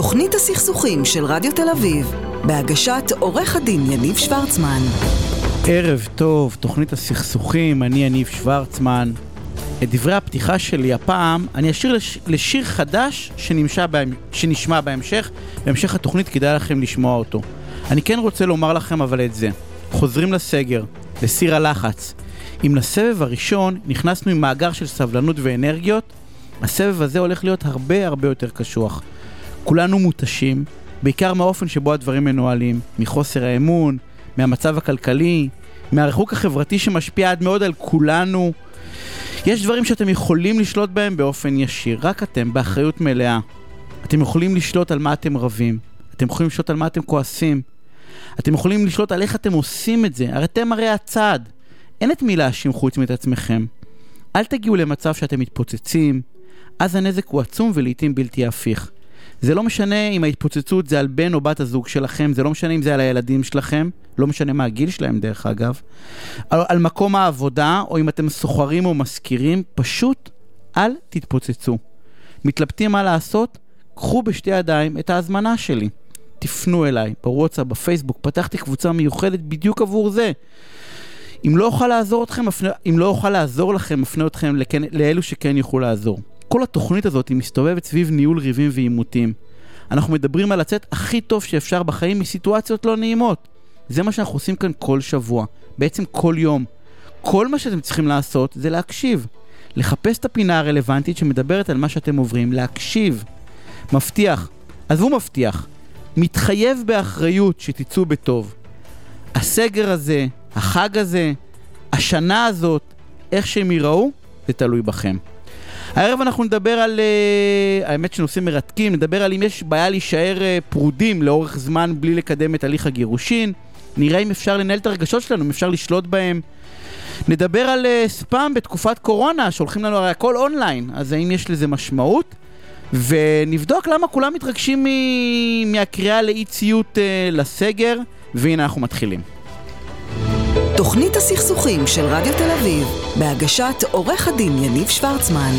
תוכנית הסכסוכים של רדיו תל אביב, בהגשת עורך הדין יניב שוורצמן. ערב טוב, תוכנית הסכסוכים, אני יניב שוורצמן. את דברי הפתיחה שלי הפעם אני אשאיר לשיר חדש שנשמע בהמשך התוכנית, כדאי לכם לשמוע אותו. אני כן רוצה לומר לכם אבל את זה, חוזרים לסגר, לסיר הלחץ. אם לסבב הראשון נכנסנו עם מאגר של סבלנות ואנרגיות, הסבב הזה הולך להיות הרבה יותר קשוח. כולנו מותשים, בעיקר מהאופן שבו הדברים מנוהלים, מחוסר האמון, מהמצב הכלכלי, מהריחוק החברתי שמשפיע עד מאוד על כולנו. יש דברים שאתם יכולים לשלוט בהם באופן ישיר, רק אתם, באחריות מלאה. אתם יכולים לשלוט על מה אתם רבים, אתם יכולים לשלוט על מה אתם כועסים, אתם יכולים לשלוט על איך אתם עושים את זה, הרי אתם הרי הצעד. אין את מי להאשים חוץ מאת עצמכם. אל תגיעו למצב שאתם מתפוצצים, אז הנזק הוא עצום ולעיתים בלתי הפיך. זה לא משנה אם ההתפוצצות זה על בן או בת הזוג שלכם, זה לא משנה אם זה על הילדים שלכם, לא משנה מה הגיל שלהם דרך אגב, על מקום העבודה, או אם אתם סוחרים או מזכירים, פשוט אל תתפוצצו. מתלבטים מה לעשות? קחו בשתי ידיים את ההזמנה שלי. תפנו אליי, בוואטסאפ, בפייסבוק, פתחתי קבוצה מיוחדת בדיוק עבור זה. אם לא אוכל לעזור לכם, מפנה אתכם לאלו שכן יוכלו לעזור. כל התוכנית הזאת היא מסתובבת סביב ניהול ריבים ועימותים. אנחנו מדברים על לצאת הכי טוב שאפשר בחיים מסיטואציות לא נעימות. זה מה שאנחנו עושים כאן כל שבוע, בעצם כל יום. כל מה שאתם צריכים לעשות זה להקשיב. לחפש את הפינה הרלוונטית שמדברת על מה שאתם עוברים, להקשיב. מבטיח, עזבו מבטיח, מתחייב באחריות שתצאו בטוב. הסגר הזה, החג הזה, השנה הזאת, איך שהם ייראו, זה תלוי בכם. הערב אנחנו נדבר על, האמת שנושאים מרתקים, נדבר על אם יש בעיה להישאר פרודים לאורך זמן בלי לקדם את הליך הגירושין, נראה אם אפשר לנהל את הרגשות שלנו, אם אפשר לשלוט בהם. נדבר על ספאם בתקופת קורונה, שהולכים לנו הרי הכל אונליין, אז האם יש לזה משמעות? ונבדוק למה כולם מתרגשים מהקריאה לאי ציות לסגר, והנה אנחנו מתחילים. תוכנית הסכסוכים של רדיו תל אביב, בהגשת עורך הדין יניב שוורצמן.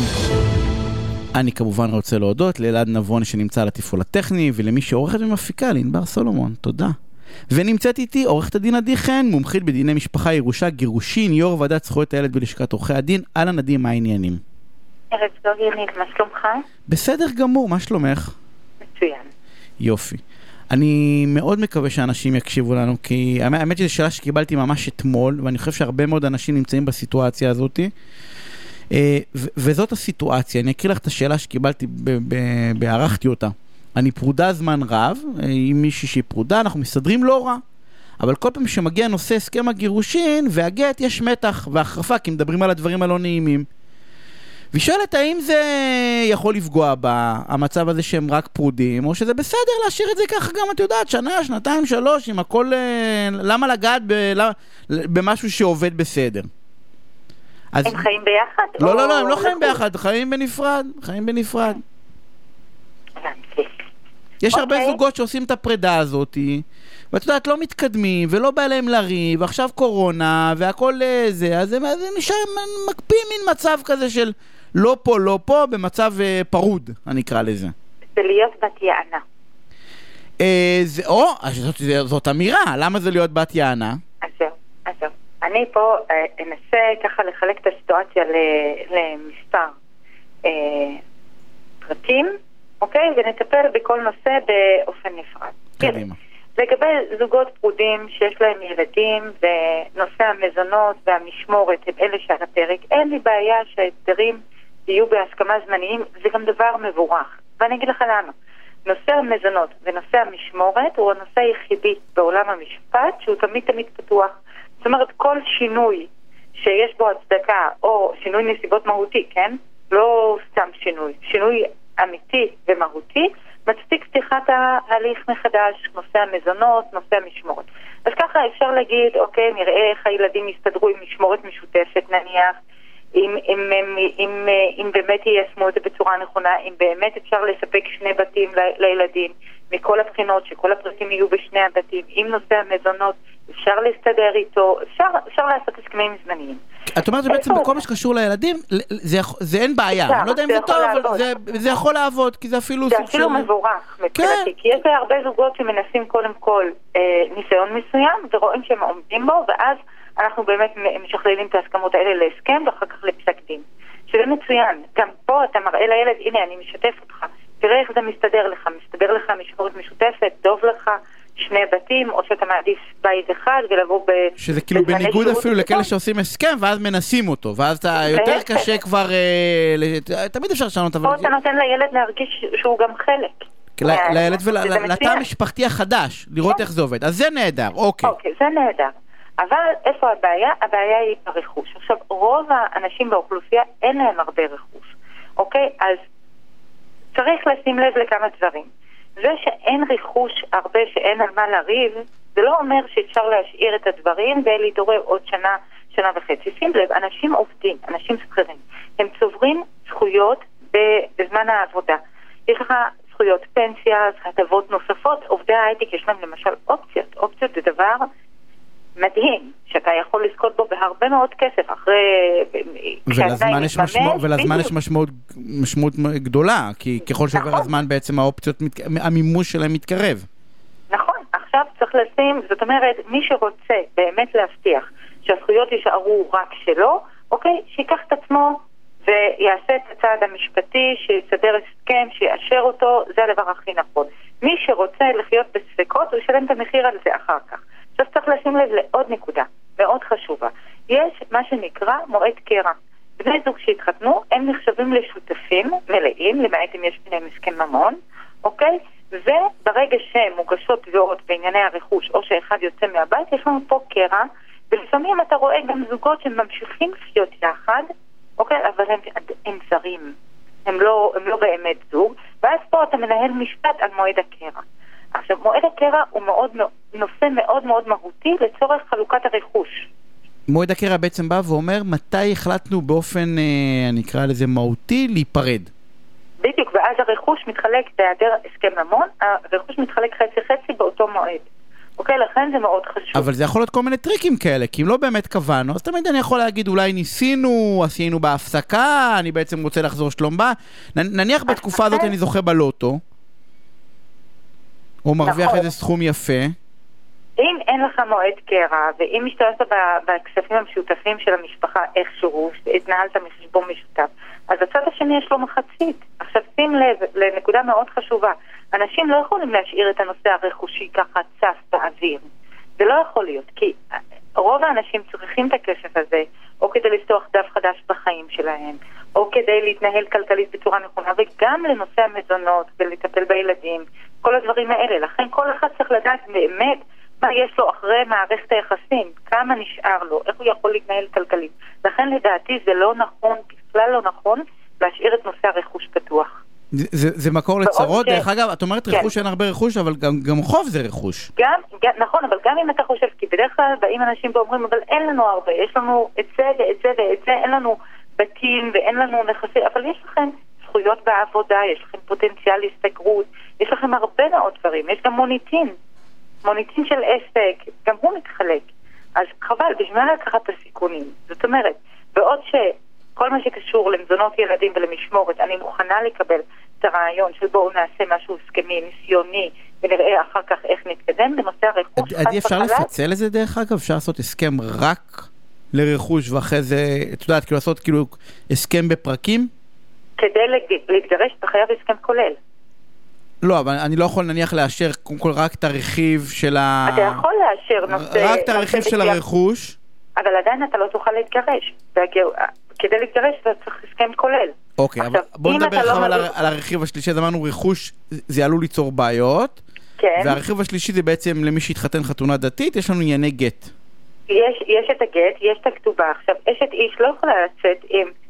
אני כמובן רוצה להודות לאלעד נבון שנמצא על התפעול הטכני, ולמי שעורכת ומפיקה, לענבר סולומון, תודה. ונמצאת איתי עורכת הדין עדי חן, מומחית בדיני משפחה, ירושה, גירושין, יו"ר ועדת זכויות הילד בלשכת עורכי הדין. אהלן עדי, מה העניינים? ערב טוב יניב, מה שלומך? בסדר גמור, מה שלומך? מצוין. יופי. אני מאוד מקווה שאנשים יקשיבו לנו, כי האמת שזו שאלה שקיבלתי ממש אתמול, ואני חושב שהרבה מאוד אנשים נמצאים בסיטואציה הזאת, וזאת הסיטואציה. אני אקריא לך את השאלה שקיבלתי, בערכתי אותה. אני פרודה זמן רב, עם מישהי שהיא פרודה, אנחנו מסתדרים לא רע, אבל כל פעם שמגיע נושא הסכם הגירושין והגט, יש מתח והחרפה, כי מדברים על הדברים הלא נעימים. והיא שואלת האם זה יכול לפגוע במצב הזה שהם רק פרודים, או שזה בסדר להשאיר את זה ככה גם, את יודעת, שנה, שנתיים, 3, עם הכל, למה לגעת במשהו שעובד בסדר? הם חיים ביחד? לא, הם לא חיים ביחד, חיים בנפרד. יש הרבה זוגות שעושים את הפרידה הזאת, ואת יודעת, לא מתקדמים, ולא בא להם לריב, ועכשיו קורונה, והכל זה, אז הם נשאר, מקפיאים מין מצב כזה של לא פה, במצב פרוד, אני אקרא לזה. זה להיות בת יענה. זאת אמירה, למה זה להיות בת יענה? אז זהו. אני פה אנסה ככה לחלק את הסיטואציה למספר פרטים, אוקיי? ונטפל בכל נושא באופן נפרד. קדימה. לגבי זוגות פרודים שיש להם ילדים ונושא המזונות והמשמורת הם אלה שעל הפרק, אין לי בעיה שההסדרים יהיו בהסכמה זמניים, זה גם דבר מבורך. ואני אגיד לך למה. נושא המזונות ונושא המשמורת הוא הנושא היחידי בעולם המשפט שהוא תמיד פתוח. זאת אומרת, כל שינוי שיש בו הצדקה או שינוי נסיבות מהותי, כן? לא סתם שינוי אמיתי ומהותי, מצדיק פתיחת ההליך מחדש, נושא המזונות, נושא המשמורת. אז ככה אפשר להגיד, אוקיי, נראה איך הילדים יסתדרו עם משמורת משותפת נניח, אם באמת יישמו את זה בצורה נכונה, אם באמת אפשר לספק 2 בתים לילדים, מכל הבחינות, שכל הפרטים יהיו בשני הבתים, עם נושא המזונות, אפשר להסתדר איתו, אפשר לעשות הסכמים זמניים. את אומרת שבעצם בכל מה שקשור לילדים, זה אין בעיה. אני לא יודע אם זה טוב, אבל זה יכול לעבוד, כי זה אפילו סוג של... זה אפילו מבורך, מבחינתי, כי יש הרבה זוגות שמנסים קודם כל ניסיון מסוים, ורואים שהם עומדים בו, ואז אנחנו באמת משכללים את ההסכמות האלה להסכם, ואחר כך לפסק דין. שזה מצוין. גם פה אתה מראה לילד, הנה, אני משתף אותך. תראה איך זה מסתדר לך משמורת משותפת, טוב לך, 2 בתים, או שאתה מעדיף בית אחד ולבוא שזה כאילו בניגוד אפילו לכאלה שעושים הסכם, ואז מנסים אותו, ואז אתה יותר קשה כבר, תמיד אפשר לשנות, אבל... פה אתה נותן לילד להרגיש שהוא גם חלק. לילד ולתא המשפחתי החדש, לראות איך זה עובד. אז זה נהדר, אוקיי. אוקיי, זה נהדר. אבל איפה הבעיה? הבעיה היא ברכוש. עכשיו, רוב האנשים באוכלוסייה אין להם הרבה רכוש. אוקיי? אז צריך לשים לב לכמה דברים. זה שאין רכוש הרבה, שאין על מה לריב, זה לא אומר שאפשר להשאיר את הדברים ולהתעורר עוד שנה וחצי. שים לב, אנשים עובדים, אנשים שכירים. הם צוברים זכויות בזמן העבודה. יש לך זכויות פנסיה, הטבות נוספות. עובדי ההייטק יש להם למשל אופציות. אופציות זה דבר מדהים, שאתה יכול לזכות בו בהרבה מאוד כסף אחרי... ולזמן יש משמעות גדולה, כי ככל שעובר הזמן בעצם האופציות, המימוש שלהם מתקרב. נכון, עכשיו צריך לשים, זאת אומרת, מי שרוצה באמת להבטיח שהזכויות יישארו רק שלו, אוקיי, שיקח את עצמו ויעשה את הצעד המשפטי, שיסדר הסכם, שיאשר אותו, זה הדבר הכי נכון. מי שרוצה לחיות בספקות, הוא ישלם את המחיר על זה אחר כך. עכשיו צריך לשים לב לעוד נקודה, מאוד חשובה. יש מה שנקרא מועד קרע. בני זוג שהתחתנו, הם נחשבים לשותפים מלאים, למעט אם יש ביניהם הסכם ממון, אוקיי? וברגע שהם מוגשות תביעות בענייני הרכוש, או שאחד יוצא מהבית, יש לנו פה קרע, ולפעמים אתה רואה גם זוגות שממשיכים לחיות יחד, אוקיי? אבל הם זרים. הם לא באמת זוג, ואז פה אתה מנהל משפט על מועד הקרע. עכשיו, מועד הקרע הוא נושא מאוד מאוד מהותי לצורך חלוקת הרכוש. מועד הקרע בעצם בא ואומר מתי החלטנו באופן, נקרא לזה מהותי, להיפרד. בדיוק, ואז הרכוש מתחלק בהיעדר הסכם ממון, הרכוש מתחלק חצי באותו מועד. אוקיי, לכן זה מאוד חשוב. אבל זה יכול להיות כל מיני טריקים כאלה, כי אם לא באמת קבענו, אז תמיד אני יכול להגיד, אולי ניסינו, עשינו בהפסקה, אני בעצם רוצה לחזור שלום בה. נניח בתקופה הזאת אני זוכה בלוטו, או מרוויח איזה סכום יפה. אם אין לך מועד קרע, ואם משתמשת בכספים המשותפים של המשפחה איכשהו, התנהלת מחשבון משותף, אז הצד השני יש לו מחצית. עכשיו שים לב לנקודה מאוד חשובה. אנשים לא יכולים להשאיר את הנושא הרכושי ככה צף באוויר. זה לא יכול להיות, כי רוב האנשים צריכים את הכסף הזה, או כדי לפתוח דף חדש בחיים שלהם, או כדי להתנהל כלכלית בצורה נכונה, וגם לנושא המזונות ולטפל בילדים, כל הדברים האלה. לכן כל אחד צריך לדעת באמת מה יש לו אחרי מערכת היחסים, כמה נשאר לו, איך הוא יכול להתנהל כלכלית. לכן לדעתי זה לא נכון, בכלל לא נכון, להשאיר את נושא הרכוש פתוח. זה מקור לצרות, דרך אגב, את אומרת רכוש, אין הרבה רכוש, אבל גם חוב זה רכוש. נכון, אבל גם אם אתה חושב, כי בדרך כלל באים אנשים ואומרים, אבל אין לנו הרבה, יש לנו את זה ואת זה ואת זה, אין לנו בתים ואין לנו נכסים, אבל יש לכם זכויות בעבודה, יש לכם פוטנציאל להסתגרות, יש לכם הרבה מאוד דברים, יש גם מוניטין של עסק, גם הוא מתחלק. אז חבל, בשביל לקחת את הסיכונים. זאת אומרת, בעוד שכל מה שקשור למזונות ילדים ולמשמורת, אני מוכנה לקבל את הרעיון של בואו נעשה משהו הסכמי, ניסיוני, ונראה אחר כך איך נתקדם בנושא הרכוש. עדי, אפשר לפצל את זה דרך אגב? אפשר לעשות הסכם רק לרכוש, ואחרי זה, את יודעת, כאילו לעשות כאילו הסכם בפרקים? כדי להתגרש, אתה חייב הסכם כולל. לא, אבל אני לא יכול נניח לאשר קודם כל רק את הרכיב של אתה יכול לאשר נושא... רק את הרכיב של הרכוש. אבל עדיין אתה לא תוכל להתגרש. כדי להתגרש אתה צריך הסכם כולל. אוקיי, אבל בוא נדבר עכשיו על הרכיב השלישי. אז אמרנו רכוש, זה עלול ליצור בעיות. כן. והרכיב השלישי זה בעצם למי שהתחתן חתונה דתית, יש לנו ענייני גט. יש את הגט, יש את הכתובה. עכשיו, אשת איש לא יכולה לצאת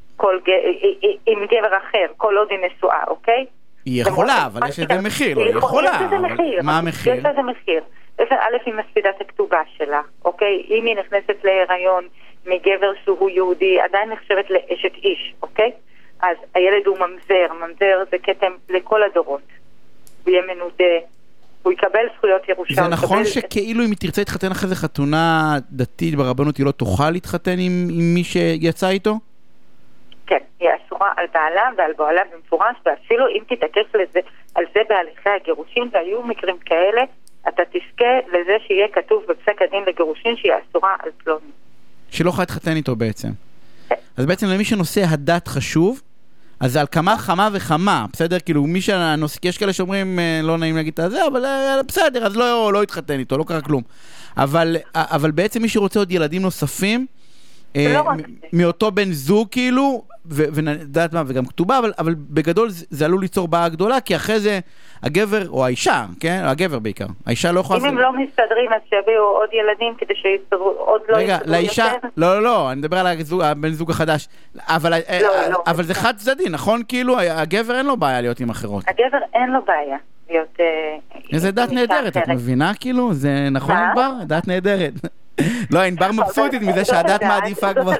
עם גבר אחר, כל עוד היא נשואה, אוקיי? היא יכולה, אבל יש איזה מחיר, לא, היא יכולה. מה המחיר? יש איזה מחיר. א', היא מספידה את הכתובה שלה, אוקיי? אם היא נכנסת להיריון, מגבר שהוא יהודי, עדיין נחשבת לאשת איש, אוקיי? אז הילד הוא ממזר, ממזר זה כתם לכל הדורות. הוא יהיה מנודה, הוא יקבל זכויות ירושה. זה נכון שכאילו אם היא תרצה להתחתן אחרי זה חתונה דתית ברבנות, היא לא תוכל להתחתן עם מי שיצא איתו? כן, היא אסורה על בעלה ועל בעלה במפורש, ואפילו אם תתעקש על זה בהליכי הגירושין, והיו מקרים כאלה, אתה תזכה לזה שיהיה כתוב בפסק הדין לגירושין שהיא אסורה על פלוני. שלא יכולה להתחתן איתו בעצם. אז בעצם למי שנושא הדת חשוב, אז על כמה חמה וחמה, בסדר? כאילו מי שנושא, יש כאלה שאומרים, לא נעים להגיד את זה, אבל בסדר, אז לא יתחתן איתו, לא קרה כלום. אבל בעצם מי שרוצה עוד ילדים נוספים, מאותו בן זוג כאילו, ודעת מה, וגם כתובה, אבל בגדול זה עלול ליצור בעיה גדולה, כי אחרי זה הגבר או האישה, כן? הגבר בעיקר. האישה לא יכולה... אם הם לא מסתדרים, אז שיביאו עוד ילדים כדי שיסתדרו, עוד לא יסתדרו יותר. רגע, לאישה... לא, אני מדבר על הבן זוג החדש. אבל זה חד צדדי, נכון? כאילו, הגבר אין לו בעיה להיות עם אחרות. הגבר אין לו בעיה להיות... איזה דת נהדרת, את מבינה כאילו? זה נכון ענבר? דת נהדרת. לא, ענבר מבסוטית מזה שהדת מעדיפה כבר.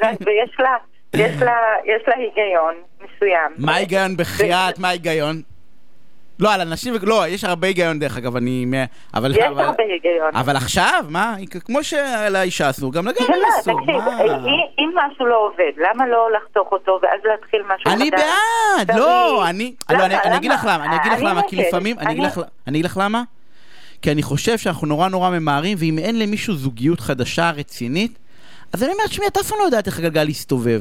יש לה היגיון מסוים. מה היגיון בחיית? מה היגיון? לא, על אנשים, לא, יש הרבה היגיון דרך אגב, יש הרבה היגיון. אבל עכשיו, מה? כמו שלאישה אסור, גם לגבר אסור. אם משהו לא עובד, למה לא לחתוך אותו ואז להתחיל משהו חדש? אני בעד, לא, אני אגיד לך למה, כי לפעמים, אני אגיד לך למה? כי אני חושב שאנחנו נורא ממהרים, ואם אין למישהו זוגיות חדשה רצינית, אז אני אומרת, שמי, אתה אפילו לא יודעת איך הגלגל להסתובב.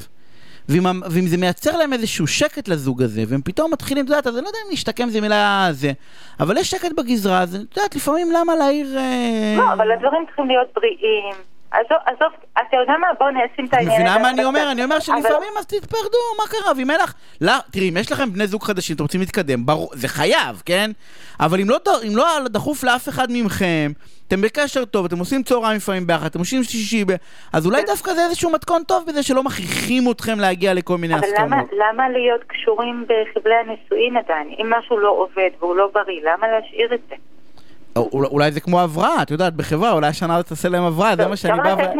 ואם זה מייצר להם איזשהו שקט לזוג הזה, והם פתאום מתחילים, אתה יודעת, אז אני לא יודע אם נשתקם זה מילה זה, אבל יש שקט בגזרה, אז אתה יודעת, לפעמים למה להעיר... לא, אבל הדברים צריכים להיות בריאים. עזוב, אתה יודע מה? בואו נשים את העניין. מבינה מה אני אומר? אני אומר שלפעמים אז תתפרדו, מה קרה? ואם אין לך... לא, תראי, אם יש לכם בני זוג חדשים, אתם רוצים להתקדם, זה חייב, כן? אבל אם לא דחוף לאף אחד ממכם, אתם בקשר טוב, אתם עושים צהריים לפעמים ביחד, אתם עושים שישי, אז אולי דווקא זה איזשהו מתכון טוב בזה שלא מכריחים אתכם להגיע לכל מיני הסכמות. אבל למה להיות קשורים בחבלי הנישואין עדיין? אם משהו לא עובד והוא לא בריא, למה להשאיר את זה? אולי זה כמו עברה, את יודעת, בחברה, אולי השנה תעשה להם עברה, זה מה שאני בא... גם לתת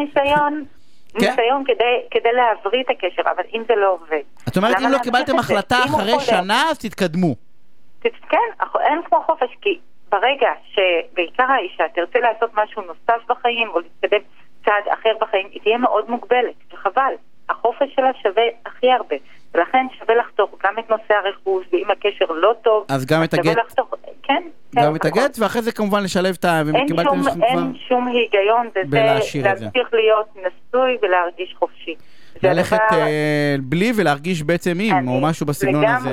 ניסיון כדי להבריא את הקשר, אבל אם זה לא עובד... את אומרת, אם לא קיבלתם החלטה אחרי שנה, אז תתקדמו. כן, אין כמו חופש, כי ברגע שבעיקר האישה תרצה לעשות משהו נוסף בחיים, או להתקדם צעד אחר בחיים, היא תהיה מאוד מוגבלת, וחבל. החופש שלה שווה הכי הרבה. ולכן שווה לחתוך גם את נושא הרכוש, ואם הקשר לא טוב, אז גם את הגט. כן. גם את הגט, ואחרי זה כמובן לשלב את ה... אין שום היגיון בזה להמשיך להיות נשוי ולהרגיש חופשי. ללכת בלי ולהרגיש בעצם עם, או משהו בסגנון הזה.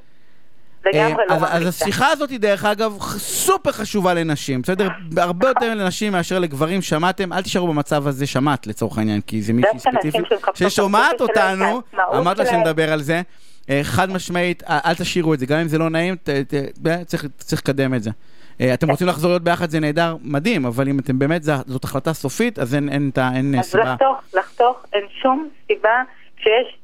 לגמרי לא. אז השיחה הזאת היא דרך אגב סופר חשובה לנשים, בסדר? הרבה יותר לנשים מאשר לגברים. שמעתם, אל תישארו במצב הזה, שמעת לצורך העניין, כי זה מישהי ספציפית ששומעת אותנו, אמרת לה שנדבר על זה, חד משמעית, אל תשאירו את זה, גם אם זה לא נעים, צריך לקדם את זה. אתם רוצים לחזור להיות ביחד, זה נהדר, מדהים, אבל אם אתם באמת, זאת החלטה סופית, אז אין סיבה. אז לחתוך, אין שום סיבה שיש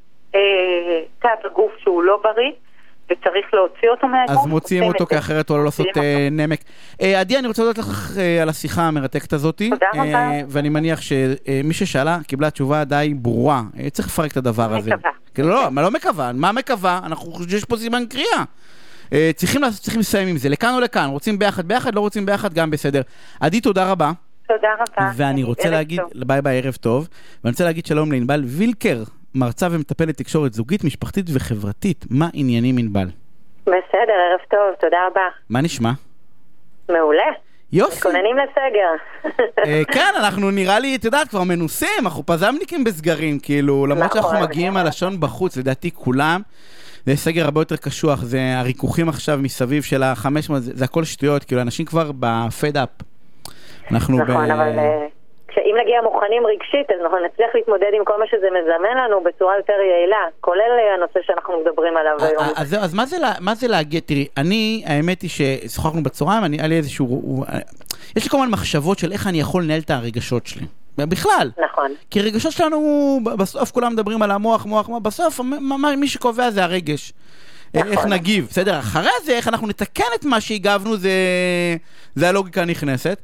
תא בגוף שהוא לא בריא, וצריך להוציא אותו מהגוף. אז מוציאים אותו, כי אחרת הוא לא לעשות נמק. עדי, אני רוצה לדעת לך על השיחה המרתקת הזאת. תודה רבה. ואני מניח שמי ששאלה קיבלה תשובה די ברורה. צריך לפרק את הדבר הזה. מקווה. לא מקווה. מה מקווה? יש פה סימן קריאה. צריכים לסיים עם זה. לכאן או לכאן. רוצים ביחד, לא רוצים ביחד, גם בסדר. עדי, תודה רבה. תודה רבה. ואני רוצה להגיד, ביי, ערב טוב. ואני רוצה להגיד שלום לענבל וילקר, מרצה ומטפלת תקשורת זוגית, משפחתית וחברתית. מה עניינים ענבל? בסדר, ערב טוב, תודה רבה. מה נשמע? מעולה. יופי. מתכוננים לסגר. כן, אנחנו נראה לי, את יודעת, כבר מנוסים, אנחנו פזמניקים בסגרים, כאילו, למרות שאנחנו מגיעים על לשון בחוץ, לדעתי כולם, זה סגר הרבה יותר קשוח, זה הריכוכים עכשיו מסביב של ה-500, זה הכל שטויות, כאילו, אנשים כבר בפד-אפ. נכון, אבל... אם נגיע מוכנים רגשית, אז אנחנו נצליח להתמודד עם כל מה שזה מזמן לנו בצורה יותר יעילה, כולל הנושא שאנחנו מדברים עליו היום. אז מה זה להגיע? תראי, האמת היא ששוחחנו בצהריים, היה לי איזשהו... יש לי כל מיני מחשבות של איך אני יכול לנהל את הרגשות שלי. בכלל. נכון. כי הרגשות שלנו, בסוף כולם מדברים על המוח, בסוף מי שקובע זה הרגש. איך נגיב, בסדר? אחרי זה, איך אנחנו נתקן את מה שהגבנו, זה הלוגיקה הנכנסת.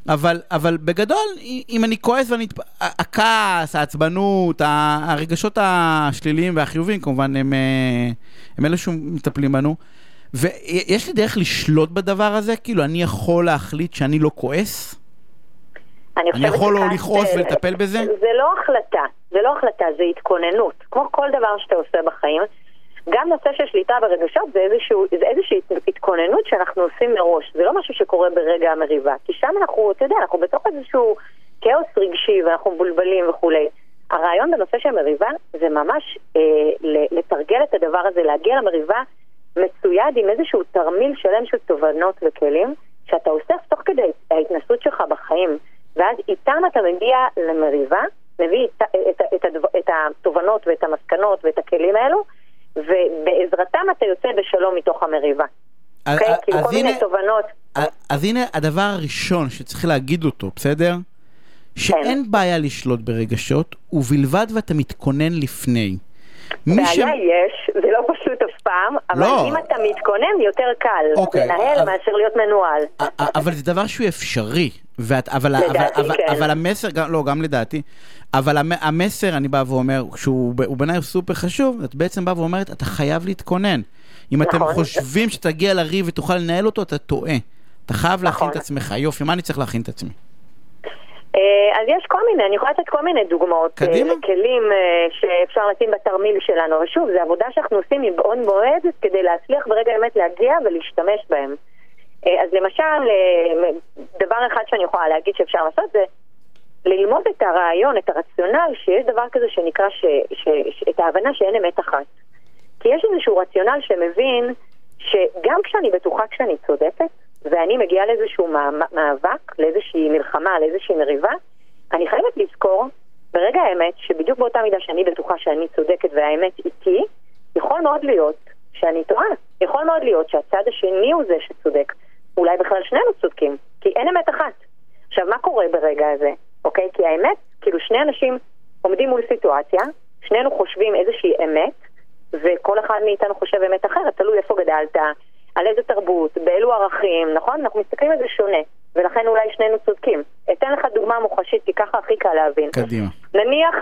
אבל בגדול, אם אני כועס הכעס, העצבנות, הרגשות השליליים והחיוביים, כמובן, הם אלה שמטפלים בנו. ויש לי דרך לשלוט בדבר הזה? כאילו, אני יכול להחליט שאני לא כועס? אני יכול לא לכעוס ולטפל בזה? זה לא החלטה, זה התכוננות. כמו כל דבר שאתה עושה בחיים, גם נושא של שליטה ברגשות זה איזושהי התכוננות שאנחנו עושים מראש. זה לא משהו שקורה ברגע המריבה. כי שם אנחנו בתוך איזשהו כאוס רגשי ואנחנו מבולבלים וכולי. הרעיון בנושא של מריבה זה ממש לתרגל את הדבר הזה, להגיע למריבה מצויד עם איזשהו תרמיל שלם של תובנות וכלים שאתה אוסף תוך כדי ההתנסות שלך בחיים. ואז איתם אתה מגיע למריבה, מביא את התובנות ואת המסקנות ואת הכלים האלו, ובעזרתם אתה יוצא בשלום מתוך המריבה. כאילו כל מיני תובנות. אז הנה הדבר הראשון שצריך להגיד אותו, בסדר? שאין בעיה לשלוט ברגשות, ובלבד ואתה מתכונן לפני. בעיה יש, זה לא פשוט אף פעם, אבל אם אתה מתכונן יותר קל לנהל מאשר להיות מנוהל. אבל זה דבר שהוא אפשרי. אבל המסר, גם לדעתי, אבל המסר, אני בא ואומר, שהוא בעיניי הוא סופר חשוב, את בעצם בא ואומרת, אתה חייב להתכונן. אם אתם חושבים שתגיע לריב ותוכל לנהל אותו, אתה טועה. אתה חייב להכין את עצמך. יופי, מה אני צריך להכין את עצמי? אז יש כל מיני, אני יכולה לתת כל מיני דוגמאות, כלים שאפשר לשים בתרמיל שלנו, ושוב, זה עבודה שאנחנו עושים מבעוד מועד כדי להצליח ברגע האמת להגיע ולהשתמש בהם. אז למשל, דבר אחד שאני יכולה להגיד שאפשר לעשות זה ללמוד את הרעיון, את הרציונל, שיש דבר כזה שנקרא את ההבנה שאין אמת אחת. כי יש איזשהו רציונל שמבין שגם כשאני בטוחה כשאני צודקת, ואני מגיעה לאיזשהו מאבק, לאיזושהי מלחמה, לאיזושהי מריבה, אני חייבת לזכור ברגע האמת שבדיוק באותה מידה שאני בטוחה שאני צודקת והאמת איתי, יכול מאוד להיות שאני טועה. יכול מאוד להיות שהצד השני הוא זה שצודק. אולי בכלל שנינו צודקים, כי אין אמת אחת. עכשיו, מה קורה ברגע הזה? אוקיי? כי האמת, כאילו שני אנשים עומדים מול סיטואציה, שנינו חושבים איזושהי אמת, וכל אחד מאיתנו חושב אמת אחרת, תלוי איפה גדלת, על איזה תרבות, באילו ערכים, נכון? אנחנו מסתכלים על זה שונה, ולכן אולי שנינו צודקים. אתן לך דוגמה מוחשית, כי ככה הכי קל להבין. קדימה. נניח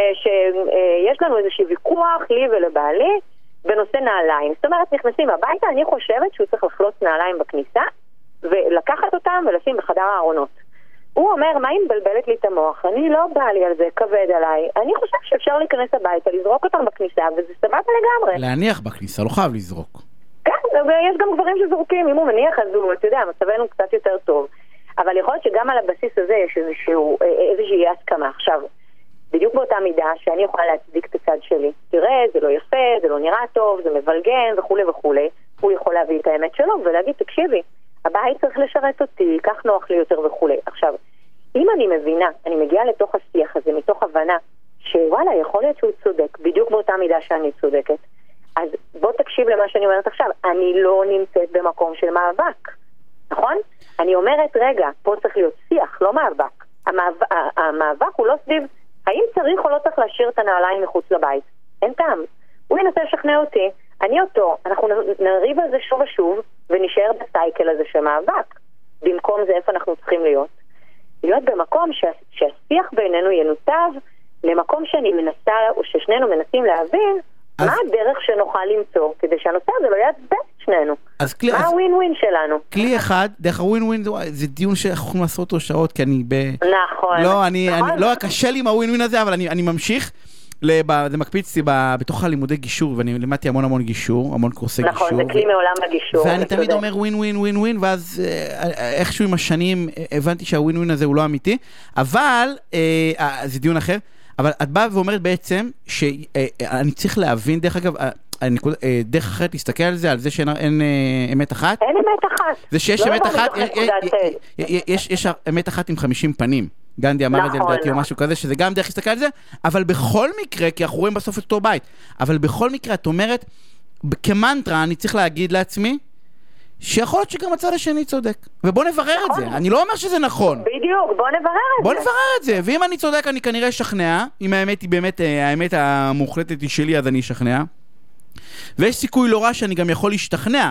שיש לנו איזושהי ויכוח, לי ולבעלי, בנושא נעליים. זאת אומרת, נכנסים הביתה, אני חושבת שהוא צריך לחלוץ נעליים בכניסה, ולקחת אותם ולשים בחדר הארונות. הוא אומר, מה אם מבלבלת לי את המוח? אני לא באה לי על זה, כבד עליי. אני חושב שאפשר להיכנס הביתה, לזרוק אותם בכניסה, וזה סבבה לגמרי. להניח בכניסה, לא חייב לזרוק. כן, יש גם גברים שזרוקים, אם הוא מניח אז הוא, אתה יודע, מצבנו קצת יותר טוב. אבל יכול להיות שגם על הבסיס הזה יש איזושהי הסכמה. עכשיו, בדיוק באותה מידה שאני יכולה להצדיק את הצד שלי. תראה, זה לא יפה, זה לא נראה טוב, זה מבלגן וכו' וכו'. הוא יכול להביא את האמת שלו ולהגיד, תקשיבי, הבית צריך לשרת אותי, כך נוח לי יותר וכו'. עכשיו, אם אני מבינה, אני מגיעה לתוך השיח הזה, מתוך הבנה, שוואלה, יכול להיות שהוא צודק, בדיוק באותה מידה שאני צודקת, אז בוא תקשיב למה שאני אומרת עכשיו, אני לא נמצאת במקום של מאבק, נכון? אני אומרת, רגע, פה צריך להיות שיח, לא מאבק. המאבק הוא לא סביב, האם צריך או לא צריך להשאיר את הנעליים מחוץ לבית? אין טעם. הוא ינסה לשכנע אותי, אני אותו, אנחנו נריב על זה שוב ושוב, ונשאר בסייקל הזה של מאבק. במקום זה איפה אנחנו צריכים להיות במקום שהשיח בינינו ינותב למקום שאני מנסה, או ששנינו מנסים להבין מה הדרך שנוכל למצוא, כדי שהנושא הזה לא יעצבן שנינו. מה הווין ווין שלנו? כלי אחד, דרך הווין ווין זה דיון שאנחנו יכולים לעשות אותו שעות, כי אני נכון. לא, קשה לי עם הווין ווין הזה, אבל אני ממשיך. זה מקפיץ לי בתוך הלימודי גישור, ואני לימדתי המון גישור, המון קורסי גישור. נכון, זה כלי מעולם הגישור. ואני תמיד אומר ווין ווין ווין ווין, ואז איכשהו עם השנים הבנתי שהווין ווין הזה הוא לא אמיתי, אבל, זה דיון אחר, אבל את באה ואומרת בעצם שאני צריך להבין, דרך אגב, דרך אחרת להסתכל על זה, על זה שאין אמת אחת. אין אמת אחת. זה שיש אמת אחת, יש אמת אחת עם 50 פנים. גנדי אמר את זה לדעתי או משהו כזה, שזה גם דרך להסתכל על זה, אבל בכל מקרה, כי אנחנו רואים בסוף את אותו בית, אבל בכל מקרה את אומרת, כמנטרה אני צריך להגיד לעצמי, שיכול להיות שגם הצד השני צודק, ובוא נברר את זה, אני לא אומר שזה נכון. בדיוק, בוא נברר את זה, ואם אני צודק אני כנראה אשכנע, אם האמת היא באמת, האמת המוחלטת היא שלי אז אני אשכנע, ויש סיכוי לא רע שאני גם יכול להשתכנע,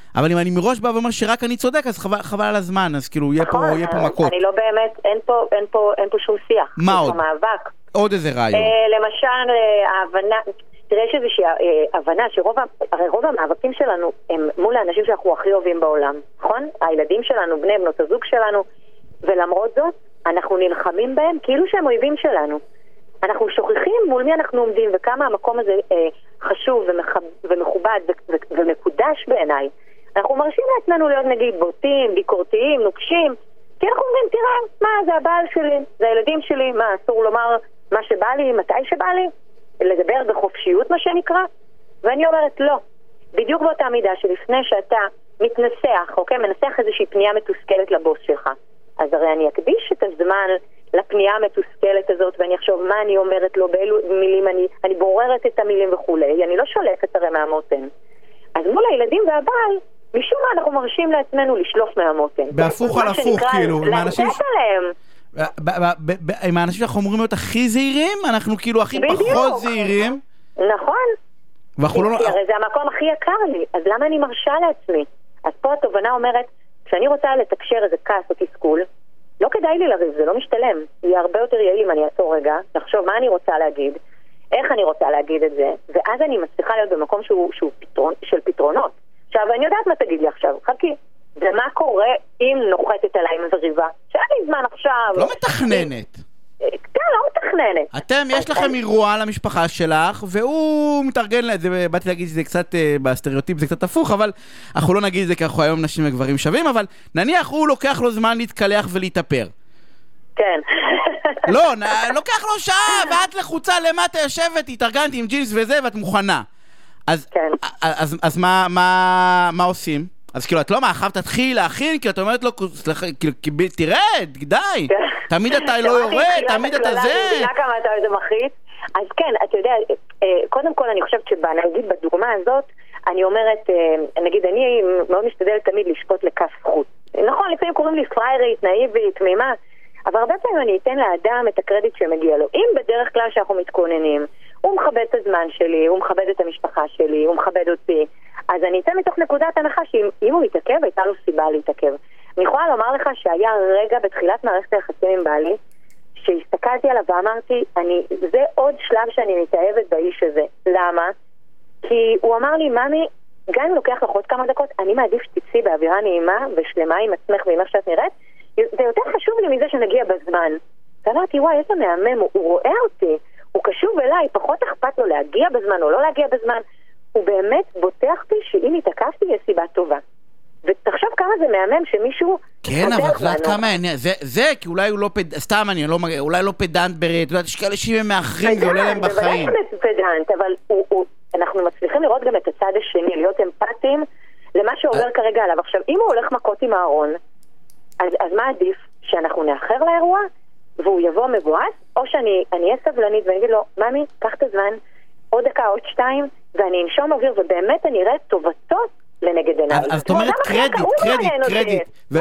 אבל אם אני מראש בא ואומר שרק אני צודק, אז חבל על הזמן, אז כאילו יהיה פה מכות. אני לא באמת, אין פה שום שיח. מה עוד? מאבק. עוד איזה רעיון. למשל, ההבנה, תראה יש איזושהי הבנה שרוב המאבקים שלנו הם מול האנשים שאנחנו הכי אוהבים בעולם, נכון? הילדים שלנו, בני בנות הזוג שלנו, ולמרות זאת, אנחנו נלחמים בהם כאילו שהם אויבים שלנו. אנחנו שוכחים מול מי אנחנו עומדים וכמה המקום הזה חשוב ומכובד ומקודש בעיניי. אנחנו מרשים לעצמנו להיות נגיד בוטים, ביקורתיים, נוקשים, כי אנחנו אומרים, תראה, מה, זה הבעל שלי, זה הילדים שלי, מה, אסור לומר מה שבא לי, מתי שבא לי, לדבר בחופשיות מה שנקרא, ואני אומרת לא. בדיוק באותה מידה שלפני שאתה מתנסח, אוקיי, מנסח איזושהי פנייה מתוסכלת לבוס שלך, אז הרי אני אקדיש את הזמן לפנייה המתוסכלת הזאת, ואני אחשוב מה אני אומרת לו, באילו מילים אני בוררת את המילים וכולי, אני לא שולפת הרי מהמותן. אז מול הילדים והבעל, משום מה אנחנו מרשים לעצמנו לשלוף מהמותן. בהפוך על הפוך, כאילו. לתת עליהם. עם האנשים שאנחנו אומרים להיות הכי זהירים, אנחנו כאילו הכי פחות זהירים. נכון. כי הרי זה המקום הכי יקר לי, אז למה אני מרשה לעצמי? אז פה התובנה אומרת, כשאני רוצה לתקשר איזה כעס או תסכול, לא כדאי לי לריב, זה לא משתלם. יהיה הרבה יותר יעיל אם אני אעצור רגע, לחשוב מה אני רוצה להגיד, איך אני רוצה להגיד את זה, ואז אני מצליחה להיות במקום שהוא של פתרונות. עכשיו, אני יודעת מה תגיד לי עכשיו, חכי, ומה קורה אם נוחתת עליי מזריבה? שאין לי זמן עכשיו. לא מתכננת. כן, לא מתכננת. אתם, יש לכם אירוע למשפחה שלך, והוא מתארגן לזה, באתי להגיד שזה קצת, בסטריאוטיפ זה קצת הפוך, אבל אנחנו לא נגיד את זה כי אנחנו היום נשים וגברים שווים, אבל נניח הוא לוקח לו זמן להתקלח ולהתאפר. כן. לא, לוקח לו שעה, ואת לחוצה למטה יושבת, התארגנת עם ג'ינס וזה, ואת מוכנה. אז מה עושים? אז כאילו, את לא מאחר, תתחיל להכין, כי את אומרת לו, תרד, די, תמיד אתה לא יורד, תמיד אתה זה. אני מבינה כמה אתה איזה מחריט. אז כן, אתה יודע, קודם כל אני חושבת נגיד בדוגמה הזאת, אני אומרת, נגיד, אני מאוד משתדלת תמיד לשפוט לכף זכות. נכון, לפעמים קוראים לי פריירית, נאיבית, תמימה, אבל הרבה פעמים אני אתן לאדם את הקרדיט שמגיע לו. אם בדרך כלל שאנחנו מתכוננים, הוא מכבד את הזמן שלי, הוא מכבד את המשפחה שלי, הוא מכבד אותי, אז אני אתן מתוך נקודת הנחה שאם הוא מתעכב, הייתה לו סיבה להתעכב. אני יכולה לומר לך שהיה רגע בתחילת מערכת היחסים עם בעלי, שהסתכלתי עליו ואמרתי, זה עוד שלב שאני מתאהבת באיש הזה. למה? כי הוא אמר לי, ממי, גם אם לוקח לך עוד כמה דקות, אני מעדיף שתצאי באווירה נעימה ושלמה עם עצמך ועם איך שאת נראית, זה יותר חשוב לי מזה שנגיע בזמן. ואמרתי, וואי, איזה מהמם, הוא רואה אותי, הוא קשוב אליי, פחות אכפת לו להגיע בזמן או לא להגיע בזמן, הוא באמת בוטח בי שאם התעקפתי יש סיבה טובה. ותחשוב כמה זה מהמם שמישהו... כן, אבל את יודעת כמה... זה, כי אולי הוא לא סתם, אולי לא פדנט ברית, את יודעת, יש כאלה שהם מאחרים, זה עולה להם בחיים. זה פדנט, אבל אנחנו מצליחים לראות גם את הצד השני, להיות אמפתיים למה שעובר כרגע עליו. עכשיו, אם הוא הולך מכות עם הארון, אז מה עדיף? שאנחנו נאחר לאירוע, והוא יבוא מבואס, או שאני אהיה סבלנית ואני אגיד לו, ממי, קח את הזמן, עוד דקה, עוד 2, ואני אנשום אוויר, ובאמת אני אראה טובתו לנגד עיניי. אז זאת אומרת קרדיט,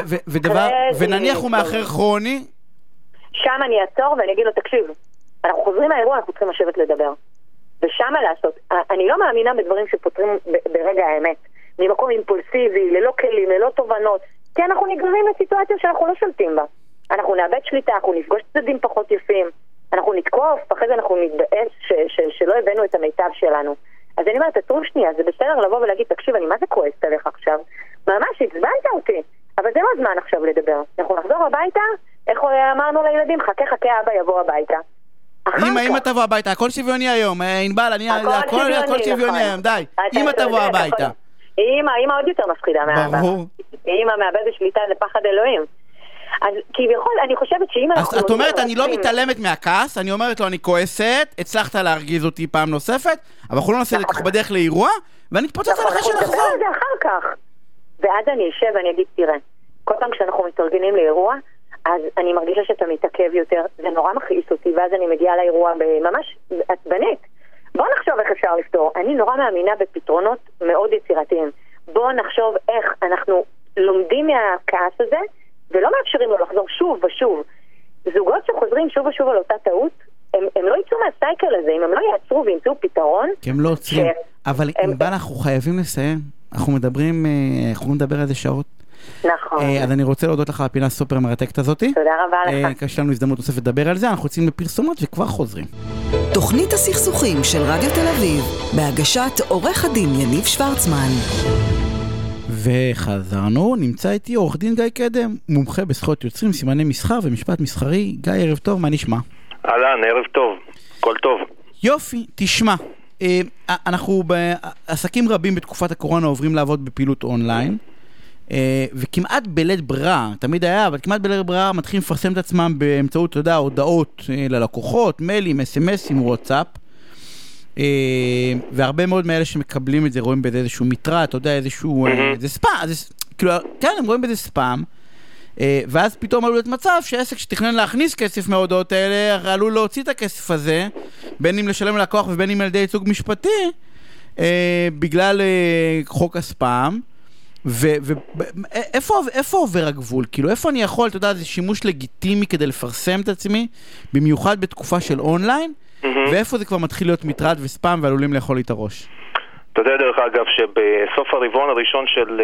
ונניח הוא מאחר כרוני? שם אני אעצור ואני אגיד לו, תקשיב, אנחנו חוזרים מהאירוע, אנחנו צריכים לשבת לדבר. ושם לעשות. אני לא מאמינה בדברים שפותרים ברגע האמת. ממקום אימפולסיבי, ללא כלים, ללא תובנות, כי אנחנו נגררים לסיטואציה שאנחנו לא שולטים בה. אנחנו נאבד שליטה, אנחנו נפגוש צדדים פחות יפים, אנחנו נתקוף, אחרי זה אנחנו נתבאס שלא הבאנו את המיטב שלנו. אז אני אומרת, תעצרו שנייה, זה בסדר לבוא ולהגיד, תקשיב, אני מה זה כועסת עליך עכשיו? ממש, הצבנת אותי. אבל זה לא הזמן עכשיו לדבר. אנחנו נחזור הביתה, איך אמרנו לילדים, חכה, אבא יבוא הביתה. אמא תבוא הביתה, הכל שוויוני היום, ענבל, הכל שוויוני היום, די. אמא תבוא הביתה. אמא עוד יותר מפחידה מהאבא. אמא מאבדת שליטה לפחד אלוהים. אז כביכול, אני חושבת שאם אנחנו... אז את אומרת, אני לא מתעלמת מהכעס, אני אומרת לו, אני כועסת, הצלחת להרגיז אותי פעם נוספת, אבל אנחנו לא נעשה לכך בדרך לאירוע, ואני אתפוצץ עליך שנחזור. זה אחר כך. ואז אני אשב ואני אגיד, תראה, כל פעם כשאנחנו מתארגנים לאירוע, אז אני מרגישה שאתה מתעכב יותר, זה נורא מכעיס אותי, ואז אני מגיעה לאירוע ממש עצבנית. בוא נחשוב איך אפשר לפתור. אני נורא מאמינה בפתרונות מאוד יצירתיים. בוא נחשוב איך אנחנו לומדים מהכעס הזה, ולא מאפשרים לו לחזור שוב ושוב. זוגות שחוזרים שוב ושוב על אותה טעות, הם לא יצאו מהסייקל הזה, אם הם לא יעצרו וימצאו פתרון. כי הם לא עוצרים. אבל אם בא אנחנו חייבים לסיים, אנחנו נדבר על זה שעות. נכון. אז אני רוצה להודות לך על הפינה סופר מרתקת הזאת. תודה רבה לך. יש לנו הזדמנות נוספת לדבר על זה, אנחנו יוצאים לפרסומות וכבר חוזרים. תוכנית הסכסוכים של רדיו תל אביב, בהגשת עורך הדין יניב שוורצמן. וחזרנו, נמצא איתי עורך דין גיא קדם, מומחה בזכויות יוצרים, סימני מסחר ומשפט מסחרי. גיא, ערב טוב, מה נשמע? אהלן, ערב טוב, כל טוב. יופי, תשמע, אנחנו בעסקים רבים בתקופת הקורונה עוברים לעבוד בפעילות אונליין, וכמעט בלית ברירה, תמיד היה, אבל כמעט בלית ברירה מתחילים לפרסם את עצמם באמצעות, אתה יודע, הודעות ללקוחות, מיילים, אס-אמסים, וואטסאפ, והרבה מאוד מאלה שמקבלים את זה רואים בזה איזשהו מטרה, אתה יודע, איזשהו, זה ספאם, כאילו, כן, הם רואים בזה ספאם, ואז פתאום עלול להיות מצב שעסק שתכנן להכניס כסף מההודעות האלה, עלול להוציא את הכסף הזה, בין אם לשלם ללקוח ובין אם על ידי ייצוג משפטי, בגלל חוק הספאם. ואיפה עובר הגבול? כאילו, איפה אני יכול, אתה יודע, זה שימוש לגיטימי כדי לפרסם את עצמי, במיוחד בתקופה של אונליין, ואיפה זה כבר מתחיל להיות מטרד וספאם ועלולים לאכול לי את הראש? אתה יודע דרך אגב שבסוף הרבעון הראשון של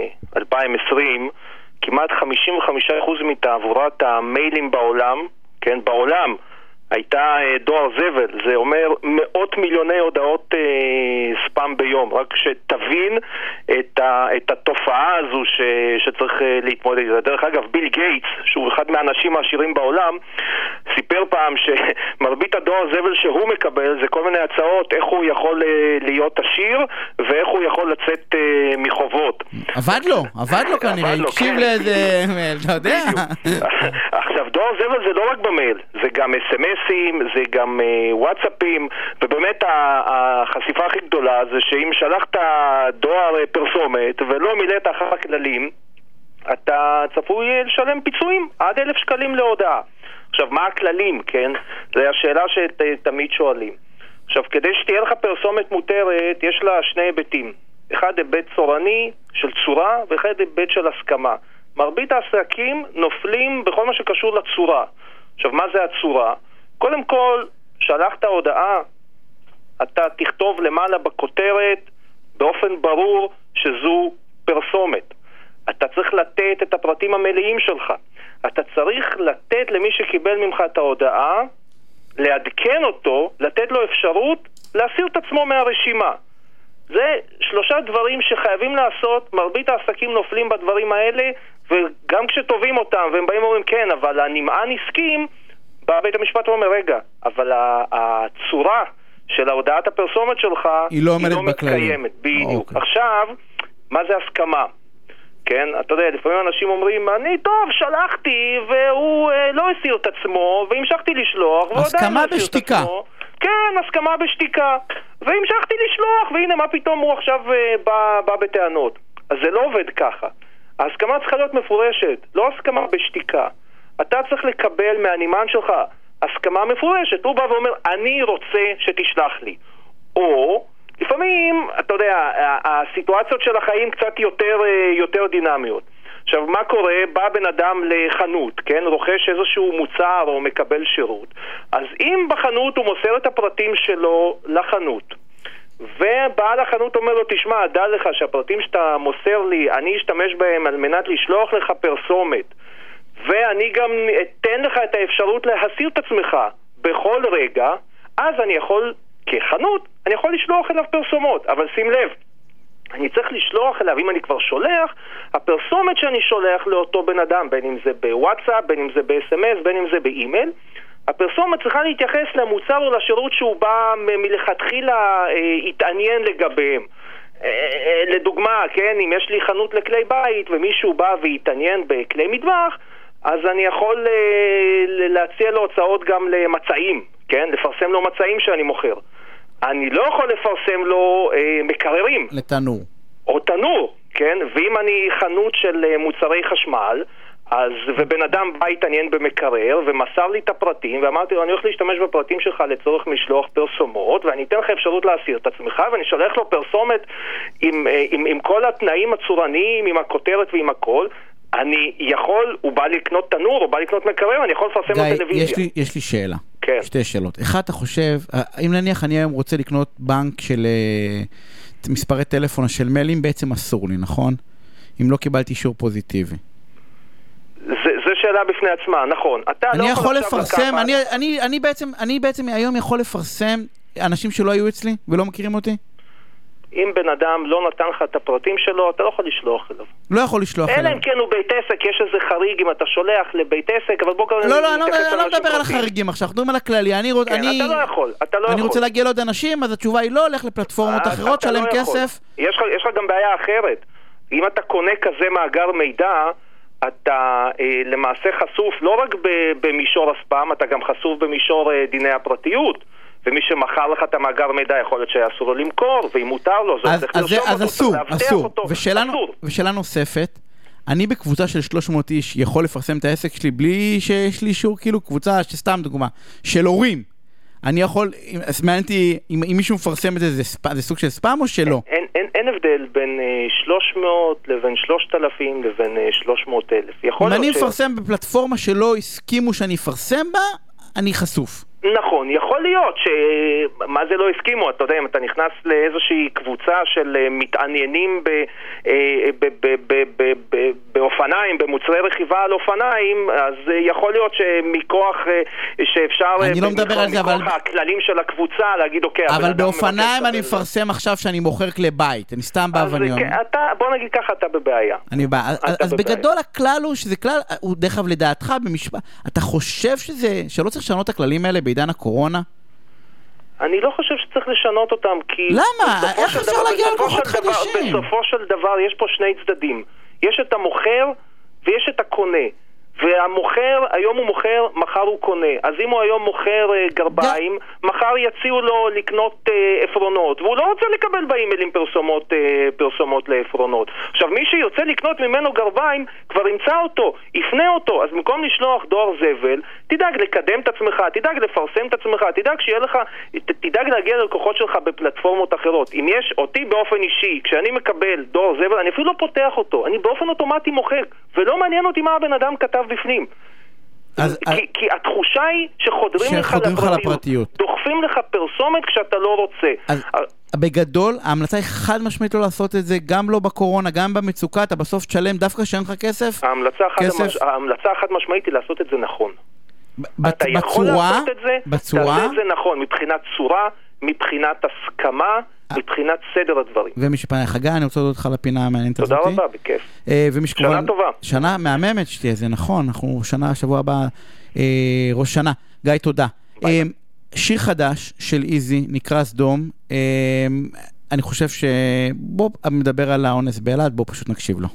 2020, כמעט 55% מתעבורת המיילים בעולם, כן, בעולם, הייתה דואר זבל. זה אומר מאות מיליוני הודעות ספאם ביום. רק שתבין את התופעה הזו שצריך להתמודד. דרך אגב, ביל גייטס, שהוא אחד מהאנשים העשירים בעולם, סיפר פעם שמרבית הדואר זבל שהוא מקבל זה כל מיני הצעות איך הוא יכול להיות עשיר ואיך הוא יכול לצאת מחובות. עבד לו כנראה, הקשיב לאיזה מייל, אתה יודע. עכשיו, דואר זבל זה לא רק במייל, זה גם אס-אמסים, זה גם וואטסאפים, ובאמת החשיפה הכי גדולה זה שאם שלחת דואר פרסומת ולא מילאת אחר הכללים, אתה צפוי לשלם פיצויים עד 1,000 שקלים להודעה. עכשיו, מה הכללים, כן? זו השאלה שתמיד שואלים. עכשיו, כדי שתהיה לך פרסומת מותרת, יש לה שני היבטים. אחד היבט צורני של צורה, ואחד היבט של הסכמה. מרבית העסקים נופלים בכל מה שקשור לצורה. עכשיו, מה זה הצורה? קודם כל, שלחת הודעה, אתה תכתוב למעלה בכותרת באופן ברור שזו פרסומת. אתה צריך לתת את הפרטים המלאים שלך. אתה צריך לתת למי שקיבל ממך את ההודעה, לעדכן אותו, לתת לו אפשרות להסיר את עצמו מהרשימה. זה 3 דברים שחייבים לעשות. מרבית העסקים נופלים בדברים האלה, וגם כשטובים אותם והם באים ואומרים כן, אבל הנמען הסכים, בא בית המשפט ואומר רגע, אבל הצורה של ההודעת הפרסומת שלך היא לא מתקיימת. בדיוק. עכשיו, מה זה הסכמה? כן, אתה יודע, לפעמים אנשים אומרים, אני טוב, שלחתי, והוא לא הסיר את עצמו, והמשכתי לשלוח, הסכמה בשתיקה. כן, הסכמה בשתיקה. והמשכתי לשלוח, והנה מה פתאום הוא עכשיו בא בטענות. אז זה לא עובד ככה. ההסכמה צריכה להיות מפורשת, לא הסכמה בשתיקה. אתה צריך לקבל מהנימן שלך הסכמה מפורשת. הוא בא ואומר, אני רוצה שתשלח לי. או לפעמים, אתה יודע, הסיטואציות של החיים קצת יותר דינמיות. עכשיו, מה קורה? בא בן אדם לחנות, כן? רוכש איזשהו מוצר או מקבל שירות. אז אם בחנות הוא מוסר את הפרטים שלו לחנות, ובעל החנות אומר לו, תשמע, דע לך שהפרטים שאתה מוסר לי, אני אשתמש בהם על מנת לשלוח לך פרסומת, ואני גם אתן לך את האפשרות להסיר את עצמך בכל רגע, אז אני יכול, כחנות, אני יכול לשלוח אליו פרסומות. אבל שים לב, אני צריך לשלוח אליו, אם אני כבר שולח, הפרסומת שאני שולח לאותו בן אדם, בין אם זה בוואטסאפ, בין אם זה ב-SMS, בין אם זה באימייל, הפרסומת צריכה להתייחס למוצר או לשירות שהוא בא מלכתחילה התעניין לגביהם. לדוגמה, כן, אם יש לי חנות לכלי בית ומישהו בא והתעניין בכלי מטבח, אז אני יכול להציע לו הוצאות גם למצעים, כן? לפרסם לו מצעים שאני מוכר. אני לא יכול לפרסם לו מקררים. לתנור. או תנור, כן? ואם אני חנות של מוצרי חשמל, אז, ובן אדם בא התעניין במקרר ומסר לי את הפרטים ואמרתי לו, אני הולך להשתמש בפרטים שלך לצורך משלוח פרסומות, ואני אתן לך אפשרות להסיר את עצמך, ואני שולח לו פרסומת עם כל התנאים הצורניים, עם הכותרת ועם הכל. אני יכול, הוא בא לקנות תנור, הוא בא לקנות מקרר, אני יכול לפרסם לו טלוויזיה. יש לי שאלה. כן. שתי שאלות. אחד, אתה חושב, אם נניח אני היום רוצה לקנות בנק של מספרי טלפון של מיילים, בעצם אסור לי, נכון? אם לא קיבלתי אישור פוזיטיבי. זה שאלה בפני עצמה, נכון. אני יכול לפרסם, אני בעצם היום יכול לפרסם אנשים שלא היו אצלי ולא מכירים אותי? אם בן אדם לא נתן לך את הפרטים שלו, אתה לא יכול לשלוח אליו. לא יכול לשלוח אליו. אלא אם כן הוא בית עסק, יש איזה חריג אם אתה שולח לבית עסק, אבל בוא כבר... לא, אני לא מדבר על החריגים עכשיו, אנחנו מדברים על הכללי. כן, אתה לא יכול. אני רוצה להגיע לעוד אנשים, אז התשובה היא לא, הולך לפלטפורמות אחרות, שלם כסף. יש לך גם בעיה אחרת. אם אתה קונה כזה מאגר מידע, אתה למעשה חשוף לא רק במישור הספאם, אתה גם חשוף במישור דיני הפרטיות. ומי שמכר לך את המאגר מידע יכול להיות שאסור לו למכור, ואם מותר לו, אז אסור. ושאלה נוספת, אני בקבוצה של 300 איש יכול לפרסם את העסק שלי בלי שיש לי אישור, כאילו קבוצה שסתם דוגמה, של הורים. אני יכול, מעניינתי, אם מישהו מפרסם את זה, זה סוג של ספאם או שלא? אין הבדל בין 300 לבין 3,000 לבין 300,000. אם אני מפרסם בפלטפורמה שלא הסכימו שאני אפרסם בה, אני חשוף. נכון, יכול להיות מה זה לא הסכימו, אתה יודע, אם אתה נכנס לאיזושהי קבוצה של מתעניינים באופניים, במוצרי רכיבה על אופניים, אז יכול להיות שמכוח שאפשר, אני לא מדבר על זה, אבל מכוח הכללים של הקבוצה להגיד אוקיי, אבל באופניים אני מפרסם עכשיו שאני מוכר כלי בית, אני סתם באבניון. בוא נגיד ככה, אתה בבעיה. אז בגדול הכלל הוא שזה כלל, הוא דרך אגב לדעתך במשפט, אתה חושב שלא צריך לשנות את הכללים האלה בעידן הקורונה? אני לא חושב שצריך לשנות אותם, כי... למה? איך אפשר להגיע לכוחות חדשים? בסופו של דבר יש פה שני צדדים. יש את המוכר ויש את הקונה. והמוכר, היום הוא מוכר, מחר הוא קונה. אז אם הוא היום מוכר גרביים, מחר יציעו לו לקנות אפרונות, והוא לא רוצה לקבל באימיילים פרסומות לאפרונות. עכשיו, מי שיוצא לקנות ממנו גרביים, כבר ימצא אותו, יפנה אותו. אז במקום לשלוח דואר זבל, תדאג לקדם את עצמך, תדאג לפרסם את עצמך, תדאג להגיע ללקוחות שלך בפלטפורמות אחרות. אם יש אותי באופן אישי, כשאני מקבל דואר זבל, אני אפילו לא פותח אותו. אני באופן אוטומטי מוחק, ולא מעניין אותי מה הבן אדם כתב בפנים. כי התחושה היא שחודרים לך לפרטיות. דוחפים לך פרסומת כשאתה לא רוצה. בגדול, ההמלצה היא חד משמעית לא לעשות את זה, גם לא בקורונה, גם במצוקה, אתה בסוף תשלם דווקא שאין לך כסף. ההמלצה החד משמעית היא לעשות את זה נכון. אתה יכול לעשות את זה, תעשה את זה נכון, מבחינת צורה, מבחינת הסכמה, מבחינת סדר הדברים. ומשפט חגי, אני רוצה לדעת לך לפינה המעניינת הזאת. תודה רבה, בכיף. שנה טובה. שנה מהממת שתהיה, זה נכון, אנחנו שבוע הבא, ראש שנה. גיא, תודה. שיר חדש של איזי, נקרא סדום. אני חושב בוא מדבר על האונס באלעד, בוא פשוט נקשיב לו.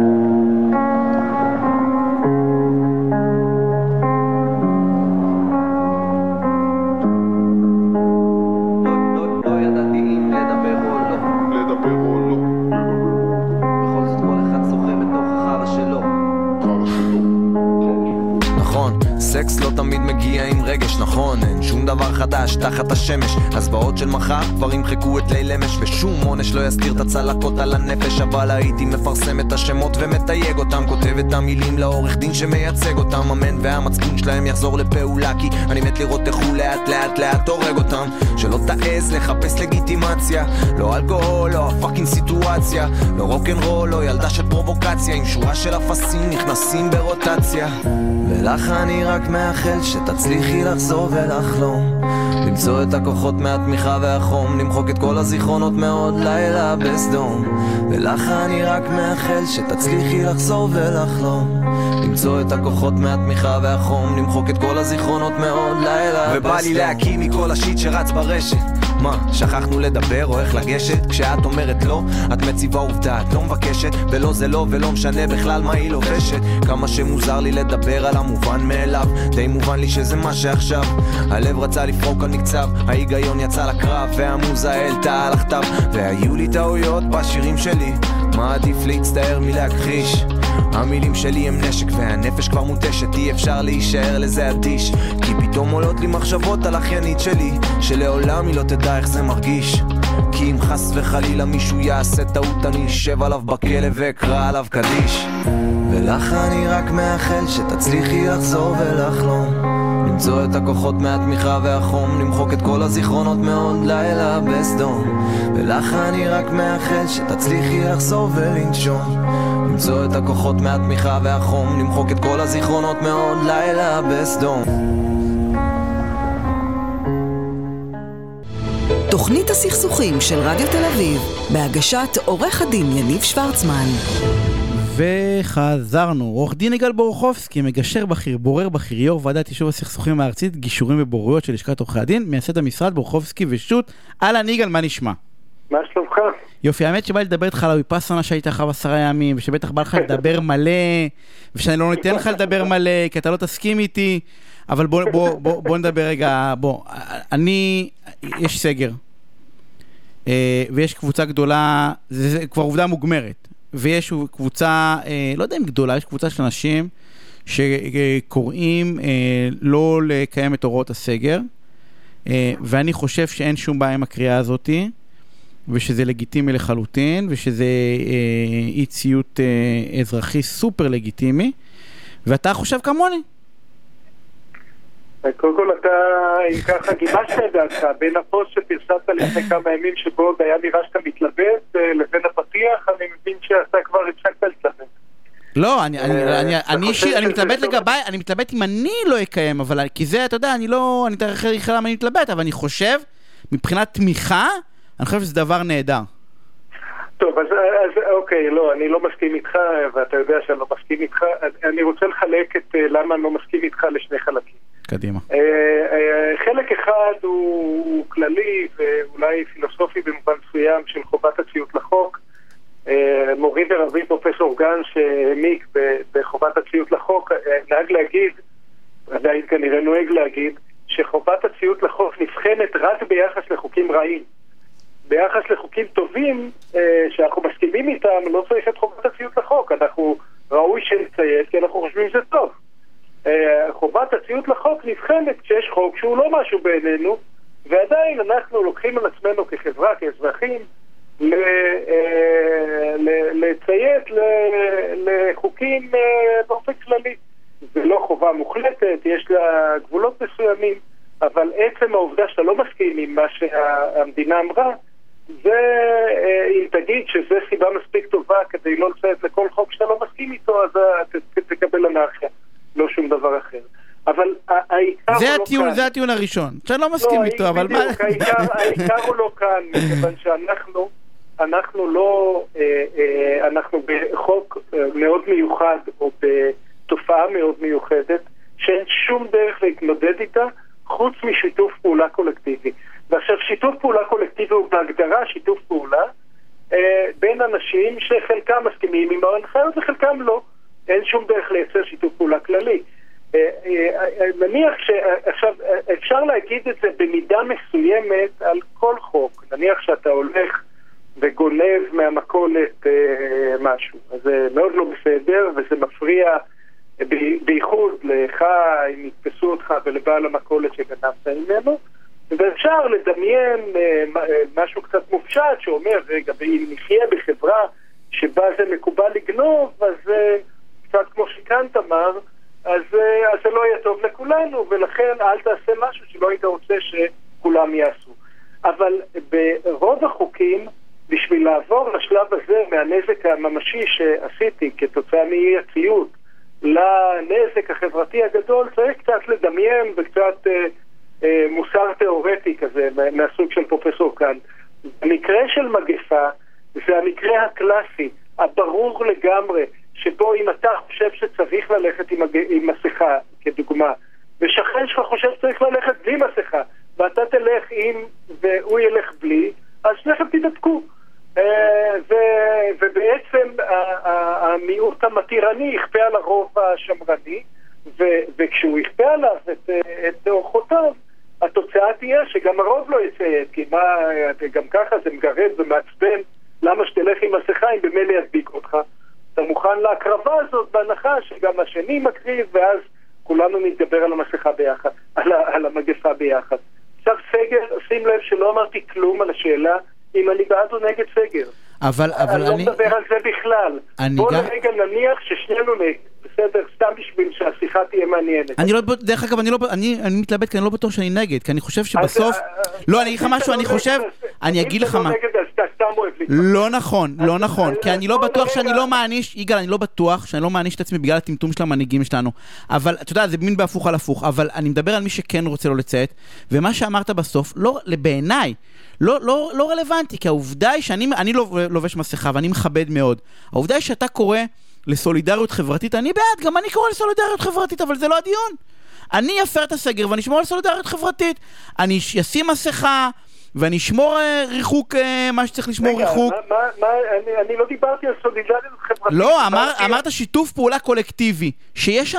סקס לא תמיד מגיע עם רגש, נכון, אין שום דבר חדש תחת השמש. הזוועות של מחר כבר ימחקו את ליל אמש, ושום עונש לא יזכיר את הצלקות על הנפש. אבל הייתי מפרסם את השמות ומתייג אותם, כותב את המילים לעורך דין שמייצג אותם, אמן והמצפון שלהם יחזור לפעולה, כי אני מת לראות איך הוא לאט לאט לאט הורג אותם. שלא תעז לחפש לגיטימציה, לא אלכוהול, לא הפאקינג סיטואציה, לא רוק'נ'רול, לא ילדה של פרובוקציה, עם שורה של אפסים נכנסים ברוטציה. ולך אני רק מאחל שתצליחי לחזור ולחלום, למצוא את הכוחות מהתמיכה והחום, למחוק את כל הזיכרונות מעוד לילה בסדום. ולך אני רק מאחל שתצליחי לחזור ולחלום, למצוא את הכוחות מהתמיכה והחום, למחוק את כל הזיכרונות מעוד לילה בסדום. ובא לי להקים מכל השיט שרץ ברשת, מה, שכחנו לדבר או איך לגשת? כשאת אומרת לא, את מציבה עובדה, את לא מבקשת, ולא זה לא, ולא משנה בכלל מה היא לובשת. כמה שמוזר לי לדבר על המובן מאליו, די מובן לי שזה מה שעכשיו. הלב רצה לפרוק על מקצב, ההיגיון יצא לקרב, והמוזה העלתה על הכתב, והיו לי טעויות בשירים שלי, מה עדיף להצטער מלהכחיש? המילים שלי הם נשק והנפש כבר מוטשת, אי אפשר להישאר לזה אדיש, כי פתאום עולות לי מחשבות על אחיינית שלי, שלעולם היא לא תדע איך זה מרגיש. כי אם חס וחלילה מישהו יעשה טעות, אני אשב עליו בכלא ואקרא עליו קדיש. ולך אני רק מאחל שתצליחי לחזור ולחלום, למצוא את הכוחות מהתמיכה והחום, למחוק את כל הזיכרונות מאוד לילה בסדום. ולך אני רק מאחל שתצליחי לחזור ולנשום, למצוא את הכוחות מהתמיכה והחום, למחוק את כל הזיכרונות מאוד לילה בסדום. תוכנית הסכסוכים של רדיו תל אביב, בהגשת עורך הדין יניב שוורצמן. וחזרנו. עורך דין יגאל בורחובסקי, מגשר בכיר, בורר בכיר, יו"ר ועדת יישוב הסכסוכים הארצית, גישורים ובוררויות של לשכת עורכי הדין, מייסד המשרד בורחובסקי ושות'. אהלן יגאל, מה נשמע? מה שלומך? יופי, האמת שבא לדבר איתך על הוויפאסנה שהיית אחריו 10 ימים, ושבטח בא לך לדבר מלא, ושאני לא ניתן לך לדבר מלא, כי אתה לא תסכים איתי, אבל בוא נדבר רגע, יש סגר, ויש קבוצה גדולה, זה כבר עובדה מוגמרת, ויש קבוצה, לא יודע אם גדולה, יש קבוצה של אנשים שקוראים לא לקיים את הוראות הסגר, ואני חושב שאין שום בעיה עם הקריאה הזאת, ושזה לגיטימי לחלוטין, ושזה אי ציות אזרחי סופר לגיטימי, ואתה חושב כמוני. קודם כל אתה, אם ככה, גיבשת את דעתך, בין הפוסט שפרסמת לפני כמה ימים שבו עוד היה נראה שאתה מתלבט, לבין הפתיח, אני מבין שאתה כבר הפסקת להתלבט. לא, אני מתלבט לגביי, אני מתלבט אם אני לא אקיים, אבל כי זה, אתה יודע, אני תארך למה אני מתלבט, אבל אני חושב, מבחינת תמיכה, אני חושב שזה דבר נהדר. טוב, אז אוקיי, לא, אני לא מסכים איתך, ואתה יודע שאני לא מסכים איתך. אני רוצה לחלק את למה אני לא מסכים איתך לשני חלקים. קדימה. חלק אחד הוא כללי ואולי פילוסופי במובן מסוים של חובת הציות לחוק. מורי ורבי פרופסור גן שהעמיק בחובת הציות לחוק, נהג להגיד, עדיין כנראה נוהג להגיד, שחובת הציות לחוק נבחנת רק ביחס לחוקים רעים. ביחס לחוקים טובים שאנחנו מסכימים איתם, לא צריך את חובת הציות לחוק. אנחנו ראוי שנציית כי אנחנו חושבים שזה טוב. חובת הציות לחוק נבחנת כשיש חוק שהוא לא משהו בעינינו, ועדיין אנחנו לוקחים על עצמנו כחברה, כאזרחים, לציית לחוקים באופן כללי. זה לא חובה מוחלטת, יש לה גבולות מסוימים, אבל עצם העובדה שאתה לא מסכים עם מה שהמדינה אמרה, אם תגיד שזה סיבה מספיק טובה כדי לא לציית לכל חוק שאתה לא מסכים איתו, אז תקבל אנרכיה, לא שום דבר אחר. אבל העיקר הוא לא כאן. זה הטיעון הראשון, שאני לא מסכים איתו, אבל מה... העיקר הוא לא כאן, מכיוון שאנחנו לא... אנחנו בחוק מאוד מיוחד, או בתופעה מאוד מיוחדת, שאין שום דרך להתמודד איתה, חוץ משיתוף פעולה קולקטיבי. ועכשיו שיתוף פעולה קולקטיבי הוא בהגדרה שיתוף פעולה בין אנשים שחלקם מסכימים עם ההנחיות וחלקם לא. אין שום דרך לייצר שיתוף פעולה כללי. נניח שעכשיו אפשר להגיד את זה במידה מסוימת על כל חוק. נניח שאתה הולך וגונב מהמכולת משהו. אז זה מאוד לא בסדר וזה מפריע בייחוד לך אם יתפסו אותך ולבעל המכולת שגנבת ממנו. ואפשר לדמיין משהו קצת מופשט שאומר, רגע, אם נחיה בחברה שבה זה מקובל לגנוב, אז קצת כמו שקנט אמר, אז זה לא יהיה טוב לכולנו, ולכן אל תעשה משהו שלא היית רוצה שכולם יעשו. אבל ברוב החוקים, בשביל לעבור לשלב הזה מהנזק הממשי שעשיתי כתוצאה מאי הציות לנזק החברתי הגדול, צריך קצת לדמיין וקצת... מוסר תיאורטי כזה, מהסוג של פרופסור כאן. המקרה של מגפה זה המקרה הקלאסי, הברור לגמרי, שבו אם אתה חושב שצריך ללכת עם מסכה, כדוגמה, ושכן שלך חושב שצריך ללכת בלי מסכה, ואתה תלך עם והוא ילך בלי, אז שניכם תדבקו. ובעצם המיעוט המתירני יכפה על הרוב השמרני, וכשהוא יכפה עליו את אורחותיו, התוצאה תהיה שגם הרוב לא יציית, כי גם ככה זה מגרד ומעצבן, למה שתלך עם מסכה אם במילא ידביק אותך? אתה מוכן להקרבה הזאת בהנחה שגם השני מקריב, ואז כולנו נתגבר על המסכה ביחד, על המגפה ביחד. עכשיו סגר, שים לב שלא אמרתי כלום על השאלה אם אני בעד או נגד סגר. אבל אני לא מדבר על זה בכלל. בוא לרגע נניח ששנינו בסדר, סתם בשביל שהשיחה תהיה מעניינת. דרך אגב, אני מתלבט, כי אני לא בטוח שאני נגד, כי אני חושב שבסוף... לא, אני אגיד לך משהו, אני חושב... אני אגיד לך מה... לא נכון, לא נכון, כי אני לא בטוח שאני לא מעניש, יגאל, אני לא בטוח שאני לא מעניש את עצמי בגלל הטמטום של המנהיגים שלנו. אבל, אתה יודע, זה מין בהפוך על הפוך, אבל אני מדבר על מי שכן רוצה לו לצאת, ומה שאמרת בסוף, בעיניי, לא רלוונטי, כי העובדה היא שאני לא לובש מסכה, ואני מכבד מאוד. העובדה היא שאתה קורא לסולידריות חברתית, אני בעד, גם אני קורא לסולידריות חברתית, אבל זה לא הדיון. אני אפר את הסגר ואני אשמור על סולידריות חברתית. אני אשים מסכה ואני אשמור ריחוק, מה שצריך לשמור ריחוק. אני לא דיברתי על סולידריות חברתית. לא, אמרת שיתוף פעולה קולקטיבי. שיש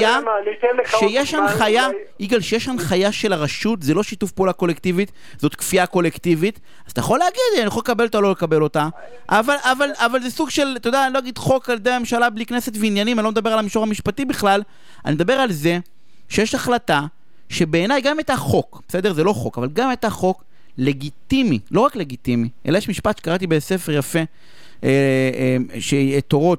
הנחיה, יגאל, שיש הנחיה של הרשות, זה לא שיתוף פעולה קולקטיבית, זאת כפייה קולקטיבית. אז אתה יכול להגיד, אני יכול לקבל אותה או לא לקבל אותה, אבל זה סוג של, אתה יודע, אני לא אגיד חוק על ידי הממשלה בלי כנסת ועניינים, אני לא מדבר על המישור המשפטי בכלל, אני מדבר על זה שיש החלטה שבעיניי גם את החוק, בסדר? זה לא חוק, אבל גם את החוק לגיטימי, לא רק לגיטימי, אלא יש משפט שקראתי בספר יפה, שתורו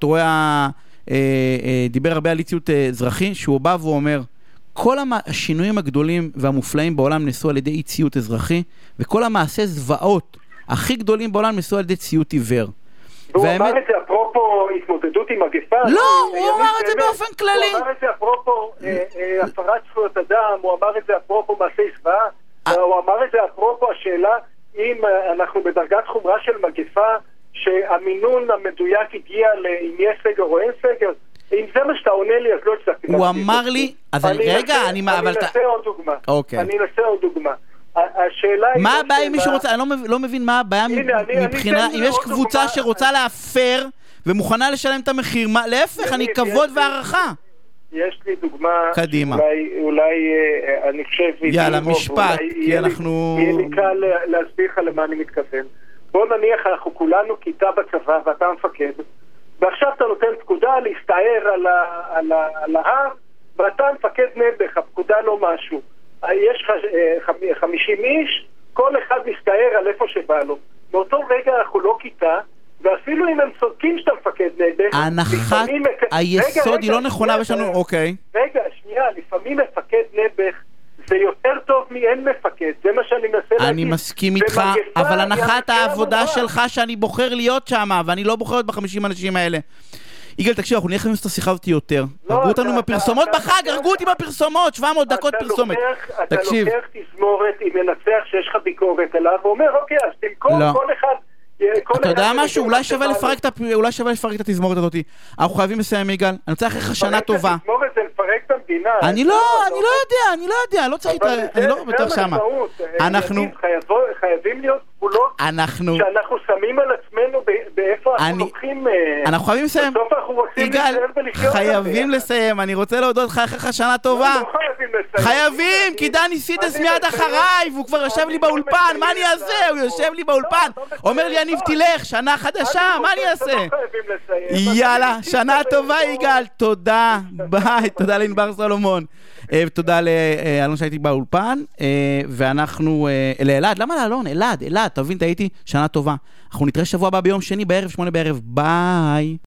דיבר הרבה על אי-ציות אזרחי, שהוא בא ואומר, כל השינויים הגדולים והמופלאים בעולם נעשו על ידי אי-ציות אזרחי, וכל המעשה זוועות הכי גדולים בעולם נעשו על ידי ציות עיוור. והוא אמר את זה אפרופו התמודדות עם מגפה. לא, הוא אמר את זה באופן כללי. הוא אמר את זה אפרופו הפרת זכויות אדם, הוא אמר את זה אפרופו מעשי זוועה, הוא אמר את זה אפרופו השאלה אם אנחנו בדרגת חומרה של מגפה, שהמינון המדויק הגיע אם יש סגר או אין סגר. אם זה מה שאתה עונה לי, אז לא הצלחתי. הוא אמר לי, אז רגע, אני אנסה עוד דוגמה. אני אנסה עוד דוגמה. מה הבעיה אם מישהו רוצה, אני לא מבין מה הבעיה מבחינה, אם יש קבוצה שרוצה להפר ומוכנה לשלם את המחיר, להפך, אני כבוד והערכה. יש לי דוגמה, קדימה. אולי אני חושב, יאללה, משפט, כי אנחנו... יהיה לי קל להסביר לך למה אני מתכוון. בוא נניח, אנחנו כולנו כיתה בצבא ואתה מפקד, ועכשיו אתה נותן פקודה להסתער על ההר, ואתה מפקד נעבך, הפקודה לא משהו. יש 50 איש, כל אחד מסתער על איפה שבא לו. מאותו רגע אנחנו לא כיתה, ואפילו אם הם צודקים שאתה מפקד נעבך, הנחת היסוד היא לא נכונה ושנו, אוקיי. רגע, שנייה, לפעמים מפקד נעבך זה יותר טוב מאין מפקד, זה מה שאני מנסה להגיד. אני מסכים איתך, אבל הנחת העבודה שלך שאני בוחר להיות שם, ואני לא בוחר להיות ב50 אנשים האלה. יגאל, תקשיב, אנחנו נהיה חייבים את השיחה אותי יותר. הרגו אותנו עם הפרסומות בחג, הרגו אותי בפרסומות, 700 דקות פרסומת. אתה לוקח תזמורת עם מנצח שיש לך ביקורת עליו, ואומר, אוקיי, אז תמכור כל אחד... אתה יודע משהו? אולי שווה לפרק את התזמורת הזאת. אנחנו חייבים לסיים, יגאל. אני רוצה אחרי שנה טובה. תזמורת זה לפרק את המדינה. אני לא יודע, לא צריך... אני לא בטוח שמה. אנחנו... חייבים להיות גבולות שאנחנו שמים על עצמנו באיפה אנחנו לוקחים... אנחנו חייבים לסיים. בסוף אנחנו רוצים יגאל, חייבים לסיים. אני רוצה להודות לך אחרי שנה טובה. חייבים, כי דני סידס מיד אחריי, והוא כבר יושב לי באולפן. מה אני אעשה? הוא יושב לי באולפן. אומר לי, יניב תלך, שנה חדשה, מה אני אעשה? יאללה, שנה טובה יגאל, תודה, ביי, תודה לענבר סולומון, תודה לאלון שהייתי באולפן, ואנחנו, לאלעד, למה לאלון? אלעד, תבין, הייתי, שנה טובה. אנחנו נתראה שבוע הבא ביום שני בערב, 8 בערב, ביי.